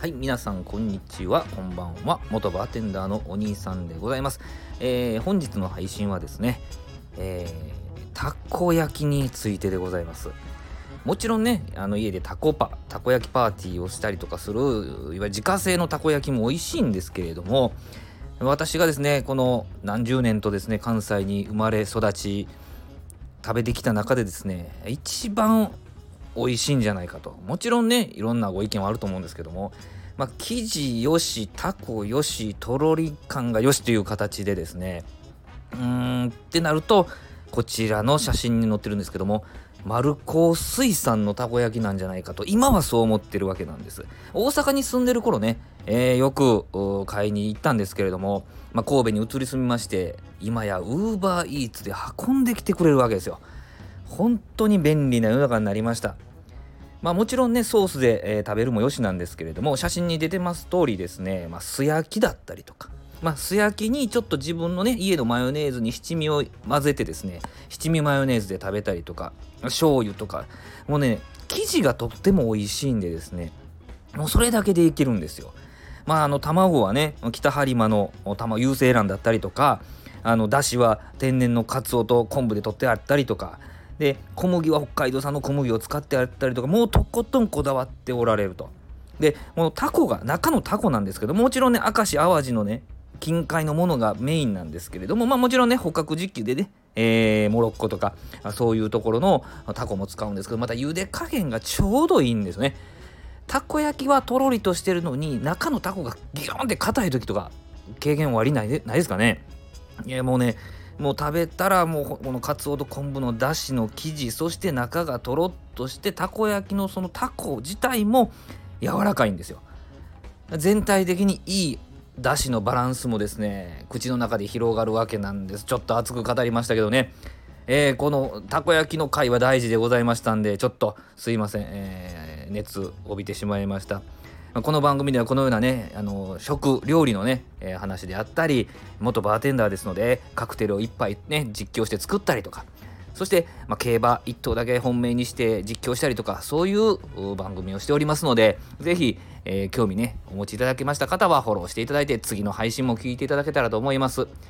はい、皆さんこんにちは、こんばんは。元バーテンダーのお兄さんでございます。本日の配信はですね、たこ焼きについてでございます。もちろんね、家でたこ焼きパーティーをしたりとかする、いわゆる自家製のたこ焼きも美味しいんですけれども、私がですね、この何十年とですね、関西に生まれ育ち、食べてきた中でですね、一番美味しいんじゃないかと。もちろんね、いろんなご意見はあると思うんですけども、生地よし、タコよし、とろり感がよしという形でですね、ってなると、こちらの写真に載ってるんですけども、丸高水産のたこ焼きなんじゃないかと、今はそう思ってるわけなんです。大阪に住んでる頃ね、よく買いに行ったんですけれども、神戸に移り住みまして、今やウーバーイーツで運んできてくれるわけですよ。本当に便利な世の中になりました。もちろんね、ソースで、食べるもよしなんですけれども、写真に出てます通りですね、素焼きだったりとか、素焼きにちょっと自分のね、家のマヨネーズに七味を混ぜてですね、七味マヨネーズで食べたりとか、醤油とか、もうね、生地がとっても美味しいんでですね、もうそれだけでいけるんですよ。卵はね、北播磨の有精卵だったりとか、だしは天然のカツオと昆布で取ってあったりとかで、小麦は北海道産の小麦を使ってあったりとか、もうとことんこだわっておられると。で、このタコが中のタコなんですけど、もちろんね、明石淡路のね、近海のものがメインなんですけれども、もちろんね、捕獲実機でね、モロッコとかそういうところのタコも使うんですけど、また茹で加減がちょうどいいんですね。たこ焼きはとろりとしてるのに、中のタコがギョーンって硬い時とか経験おありないですかね。いや、もう食べたら、もうこのカツオと昆布のだしの生地、そして中がとろっとして、たこ焼きのそのタコ自体も柔らかいんですよ。全体的にいいだしのバランスもですね、口の中で広がるわけなんです。ちょっと熱く語りましたけどね、このたこ焼きの回は大事でございましたんで、ちょっとすいません、熱帯びてしまいました。この番組ではこのようなね、食料理のね、話であったり、元バーテンダーですので、カクテルを一杯ね、実況して作ったりとか、そして、競馬一頭だけ本命にして実況したりとか、そういう番組をしておりますので、ぜひ、興味ね、お持ちいただけました方はフォローしていただいて、次の配信も聞いていただけたらと思います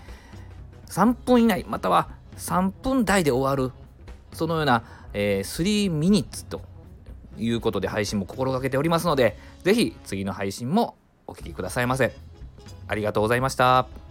。3分以内、または3分台で終わる、そのような、3ミニッツということで配信も心がけておりますので、ぜひ次の配信もお聞きくださいませ。ありがとうございました。